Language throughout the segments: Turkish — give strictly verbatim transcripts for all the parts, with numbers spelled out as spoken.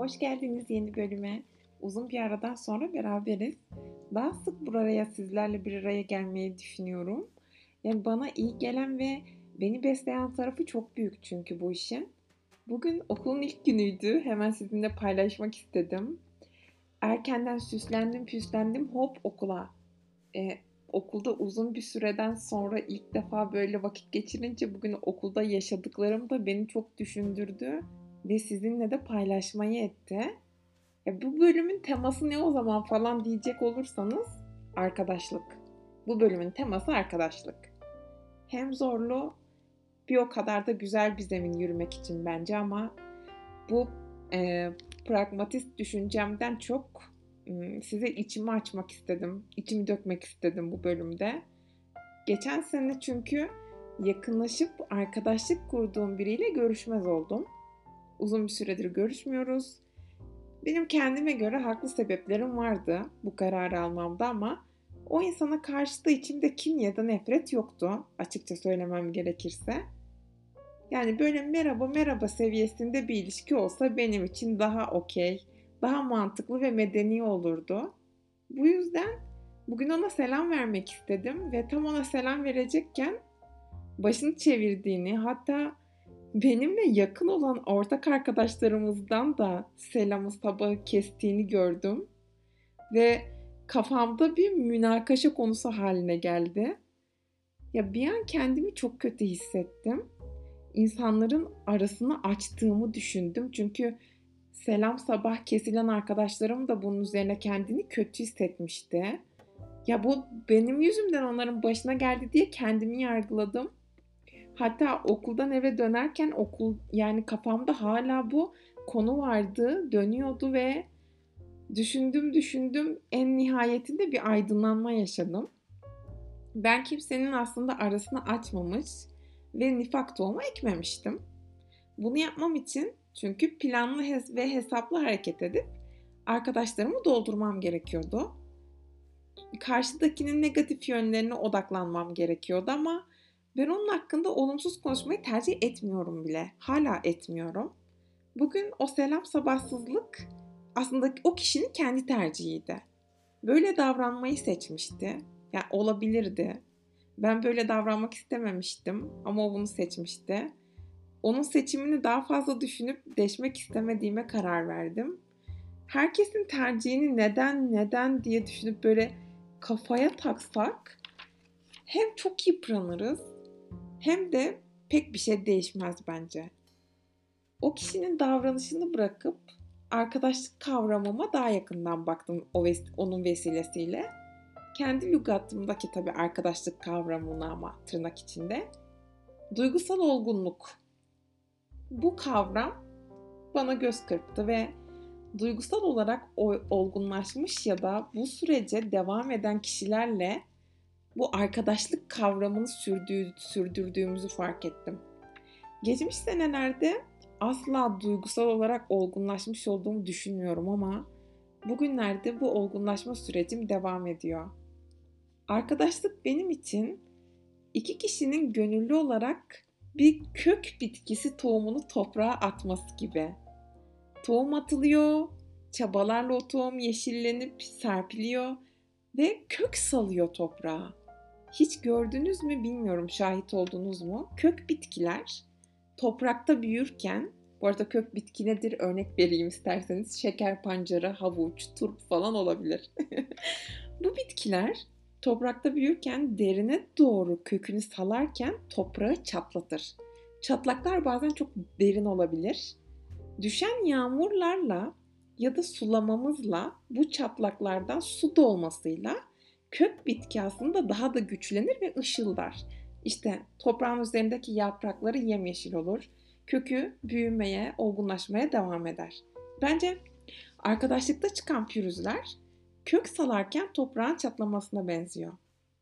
Hoş geldiniz yeni bölüme. Uzun bir aradan sonra beraberiz. Daha sık buraya sizlerle bir araya gelmeyi düşünüyorum. Yani bana iyi gelen ve beni besleyen tarafı çok büyük çünkü bu işin. Bugün okulun ilk günüydü. Hemen sizinle paylaşmak istedim. Erkenden süslendim, püslendim, hop okula. E, Okulda uzun bir süreden sonra ilk defa böyle vakit geçirince bugün okulda yaşadıklarım da beni çok düşündürdü ve sizinle de paylaşmayı etti. E, bu bölümün teması ne o zaman falan diyecek olursanız arkadaşlık. Bu bölümün teması arkadaşlık. Hem zorlu bir o kadar da güzel bir zemin yürümek için bence ama bu e, pragmatist düşüncemden çok m, size içimi açmak istedim. İçimi dökmek istedim bu bölümde. Geçen sene çünkü yakınlaşıp arkadaşlık kurduğum biriyle görüşmez oldum. Uzun bir süredir görüşmüyoruz. Benim kendime göre haklı sebeplerim vardı bu kararı almamda ama o insana karşı da içimde kin ya da nefret yoktu, açıkça söylemem gerekirse. Yani böyle merhaba merhaba seviyesinde bir ilişki olsa benim için daha okey, daha mantıklı ve medeni olurdu. Bu yüzden bugün ona selam vermek istedim ve tam ona selam verecekken başını çevirdiğini, hatta benimle yakın olan ortak arkadaşlarımızdan da selamı sabahı kestiğini gördüm ve kafamda bir münakaşa konusu haline geldi. Ya bir an kendimi çok kötü hissettim. İnsanların arasını açtığımı düşündüm. Çünkü selam sabah kesilen arkadaşlarım da bunun üzerine kendini kötü hissetmişti. Ya bu benim yüzümden onların başına geldi diye kendimi yargıladım. Hatta okuldan eve dönerken okul yani kafamda hala bu konu vardı, dönüyordu ve düşündüm düşündüm en nihayetinde bir aydınlanma yaşadım. Ben kimsenin aslında arasını açmamış ve nifak tohumu ekmemiştim. Bunu yapmam için çünkü planlı ve hesaplı hareket edip arkadaşlarımı doldurmam gerekiyordu. Karşıdakinin negatif yönlerine odaklanmam gerekiyordu ama ben onun hakkında olumsuz konuşmayı tercih etmiyorum bile. Hala etmiyorum. Bugün o selam sabahsızlık aslında o kişinin kendi tercihiydi. Böyle davranmayı seçmişti. Yani olabilirdi. Ben böyle davranmak istememiştim ama o bunu seçmişti. Onun seçimini daha fazla düşünüp deşmek istemediğime karar verdim. Herkesin tercihini neden neden diye düşünüp böyle kafaya taksak hem çok yıpranırız hem de pek bir şey değişmez bence. O kişinin davranışını bırakıp arkadaşlık kavramıma daha yakından baktım o ves- onun vesilesiyle. Kendi lügatımdaki tabii arkadaşlık kavramına ama tırnak içinde. Duygusal olgunluk. Bu kavram bana göz kırptı ve duygusal olarak olgunlaşmış ya da bu sürece devam eden kişilerle bu arkadaşlık kavramını sürdüğü, sürdürdüğümüzü fark ettim. Geçmiş senelerde asla duygusal olarak olgunlaşmış olduğumu düşünmüyorum ama bugünlerde bu olgunlaşma sürecim devam ediyor. Arkadaşlık benim için iki kişinin gönüllü olarak bir kök bitkisi tohumunu toprağa atması gibi. Tohum atılıyor, çabalarla o tohum yeşillenip serpiliyor ve kök salıyor toprağa. Hiç gördünüz mü bilmiyorum, şahit oldunuz mu? Kök bitkiler toprakta büyürken, bu arada kök bitki nedir örnek vereyim isterseniz, şeker pancarı, havuç, turp falan olabilir. Bu bitkiler toprakta büyürken derine doğru kökünü salarken toprağı çatlatır. Çatlaklar bazen çok derin olabilir. Düşen yağmurlarla ya da sulamamızla bu çatlaklardan su dolmasıyla kök bitki aslında daha da güçlenir ve ışıldar. İşte toprağın üzerindeki yaprakları yemyeşil olur. Kökü büyümeye, olgunlaşmaya devam eder. Bence arkadaşlıkta çıkan pürüzler kök salarken toprağın çatlamasına benziyor.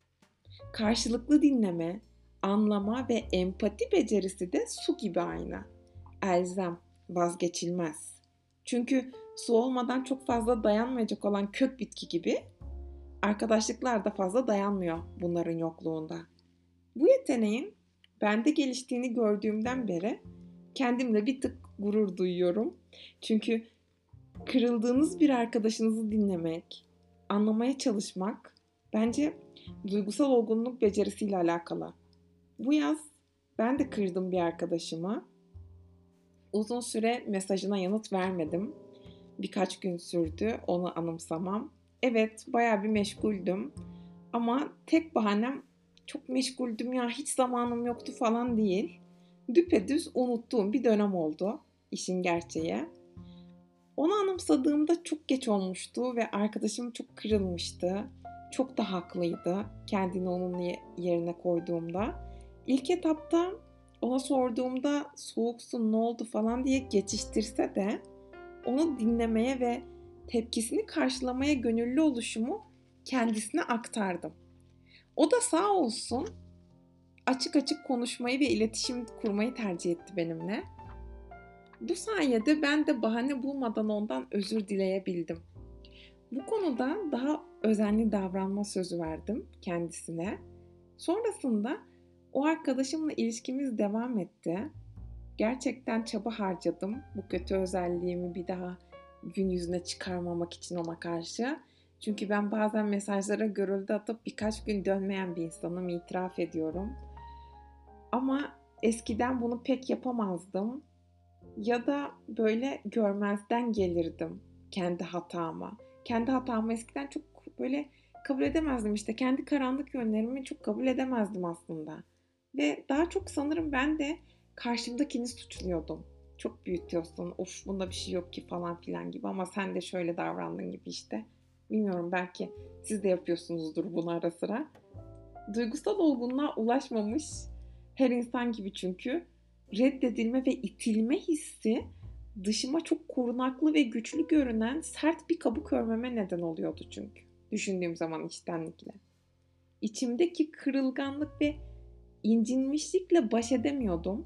Karşılıklı dinleme, anlama ve empati becerisi de su gibi aynı. Elzem, vazgeçilmez. Çünkü su olmadan çok fazla dayanmayacak olan kök bitki gibi arkadaşlıklar da fazla dayanmıyor bunların yokluğunda. Bu yeteneğin bende geliştiğini gördüğümden beri kendimle bir tık gurur duyuyorum. Çünkü Kırıldığınız bir arkadaşınızı dinlemek, anlamaya çalışmak bence duygusal olgunluk becerisiyle alakalı. Bu yaz ben de kırdım bir arkadaşımı. Uzun süre mesajına yanıt vermedim. Birkaç gün sürdü onu anımsamam. Evet, bayağı bir meşguldüm. Ama tek bahanem çok meşguldüm ya, hiç zamanım yoktu falan değil. Düpedüz unuttuğum bir dönem oldu işin gerçeği. Onu anımsadığımda çok geç olmuştu ve arkadaşım çok kırılmıştı. Çok da haklıydı kendini onun yerine koyduğumda. İlk etapta ona sorduğumda soğuksun ne oldu falan diye geçiştirse de onu dinlemeye ve tepkisini karşılamaya gönüllü oluşumu kendisine aktardım. O da sağ olsun açık açık konuşmayı ve iletişim kurmayı tercih etti benimle. Bu sayede ben de bahane bulmadan ondan özür dileyebildim. Bu konuda daha özenli davranma sözü verdim kendisine. Sonrasında o arkadaşımla ilişkimiz devam etti. Gerçekten çaba harcadım bu kötü özelliğimi bir daha gün yüzüne çıkarmamak için ona karşı. Çünkü ben bazen mesajlara görüldü atıp birkaç gün dönmeyen bir insanım, itiraf ediyorum. Ama eskiden bunu pek yapamazdım. Ya da böyle görmezden gelirdim kendi hatamı. Kendi hatamı eskiden çok böyle kabul edemezdim işte. Kendi karanlık yönlerimi çok kabul edemezdim aslında. Ve daha çok sanırım ben de karşımdakini suçluyordum. Çok büyütüyorsun, of bunda bir şey yok ki falan filan gibi ama sen de şöyle davrandın gibi işte. Bilmiyorum, belki siz de yapıyorsunuzdur bunu ara sıra. Duygusal olgunluğa ulaşmamış her insan gibi çünkü reddedilme ve itilme hissi dışıma çok korunaklı ve güçlü görünen sert bir kabuk örmeme neden oluyordu çünkü. Düşündüğüm zaman içtenlikle. İçimdeki kırılganlık ve incinmişlikle baş edemiyordum.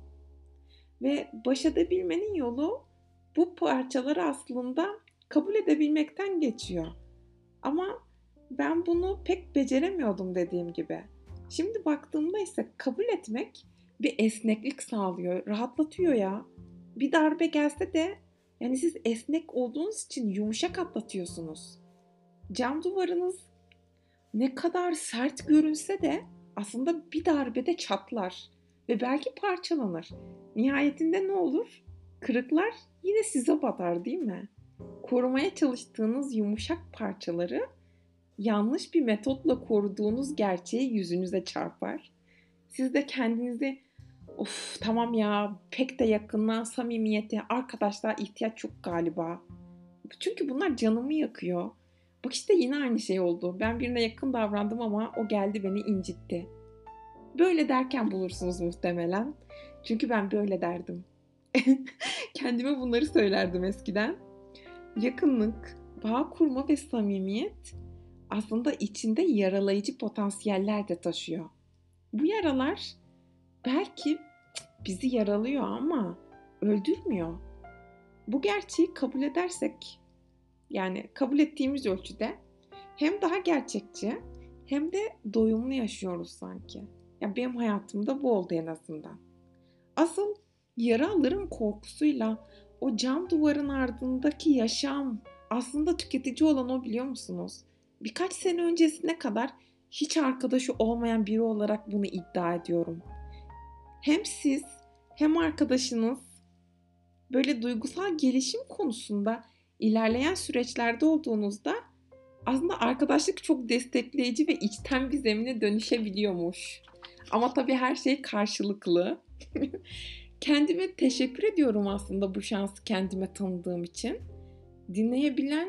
Ve baş edebilmenin yolu bu parçaları aslında kabul edebilmekten geçiyor. Ama ben bunu pek beceremiyordum dediğim gibi. Şimdi baktığımda ise kabul etmek bir esneklik sağlıyor, rahatlatıyor ya. Bir darbe gelse de yani siz esnek olduğunuz için yumuşak atlatıyorsunuz. Cam duvarınız ne kadar sert görünse de aslında bir darbede çatlar ve belki parçalanır. Nihayetinde ne olur? Kırıklar yine size batar, değil mi? Korumaya çalıştığınız yumuşak parçaları yanlış bir metotla koruduğunuz gerçeği yüzünüze çarpar. Siz de kendinizi of tamam ya pek de yakınlığa, samimiyete, arkadaşlar ihtiyaç yok galiba. Çünkü bunlar canımı yakıyor. Bak işte yine aynı şey oldu. Ben birine yakın davrandım ama o geldi beni incitti. Böyle derken bulursunuz muhtemelen. Çünkü ben böyle derdim. Kendime bunları söylerdim eskiden. Yakınlık, bağ kurma ve samimiyet aslında içinde yaralayıcı potansiyeller de taşıyor. Bu yaralar belki bizi yaralıyor ama öldürmüyor. Bu gerçeği kabul edersek, yani kabul ettiğimiz ölçüde hem daha gerçekçi hem de doyumlu yaşıyoruz sanki. Ya benim hayatımda bu oldu en azından. Asıl yara alırım korkusuyla o cam duvarın ardındaki yaşam aslında tüketici olan o, biliyor musunuz? Birkaç sene öncesine kadar hiç arkadaşı olmayan biri olarak bunu iddia ediyorum. Hem siz hem arkadaşınız böyle duygusal gelişim konusunda ilerleyen süreçlerde olduğunuzda aslında arkadaşlık çok destekleyici ve içten bir zemine dönüşebiliyormuş. Ama tabii her şey karşılıklı. Kendime teşekkür ediyorum aslında bu şansı kendime tanıdığım için. Dinleyebilen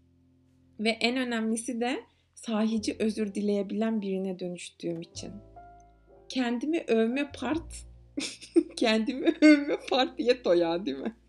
ve en önemlisi de sahici özür dileyebilen birine dönüştüğüm için. Kendimi övme part, kendimi övme partiyeto ya, değil mi?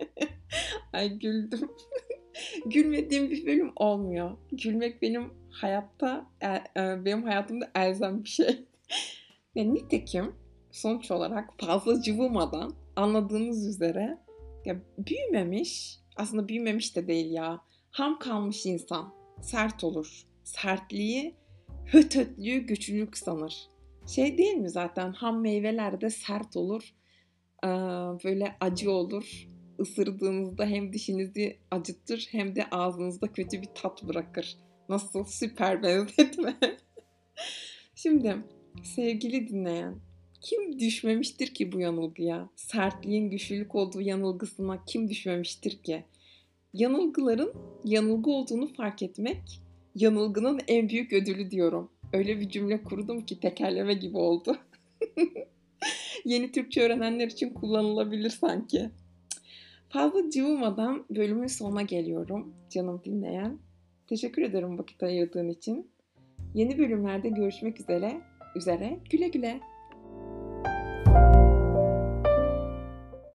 Ay güldüm. Gülmediğim bir bölüm olmuyor. Gülmek benim hayatta, benim hayatımda elzem bir şey. Yani nitekim sonuç olarak fazla cıvımadan anladığınız üzere ya büyümemiş, aslında büyümemiş de değil ya, ham kalmış insan sert olur. Sertliği, höt hötlüğü güçlülük sanır. Şey değil mi zaten, ham meyveler de sert olur, böyle acı olur. ısırdığınızda hem dişinizi acıtır hem de ağzınızda kötü bir tat bırakır. Nasıl? Süper benzetme. Şimdi sevgili dinleyen, kim düşmemiştir ki bu yanılgıya? Sertliğin güçlülük olduğu yanılgısına kim düşmemiştir ki? Yanılgıların yanılgı olduğunu fark etmek, yanılgının en büyük ödülü diyorum. Öyle bir cümle kurdum ki tekerleme gibi oldu. Yeni Türkçe öğrenenler için kullanılabilir sanki. Fazla cıvımadan bölümün sonuna geliyorum canım dinleyen. Teşekkür ederim vakit ayırdığın için. Yeni bölümlerde görüşmek üzere. Üzere güle güle.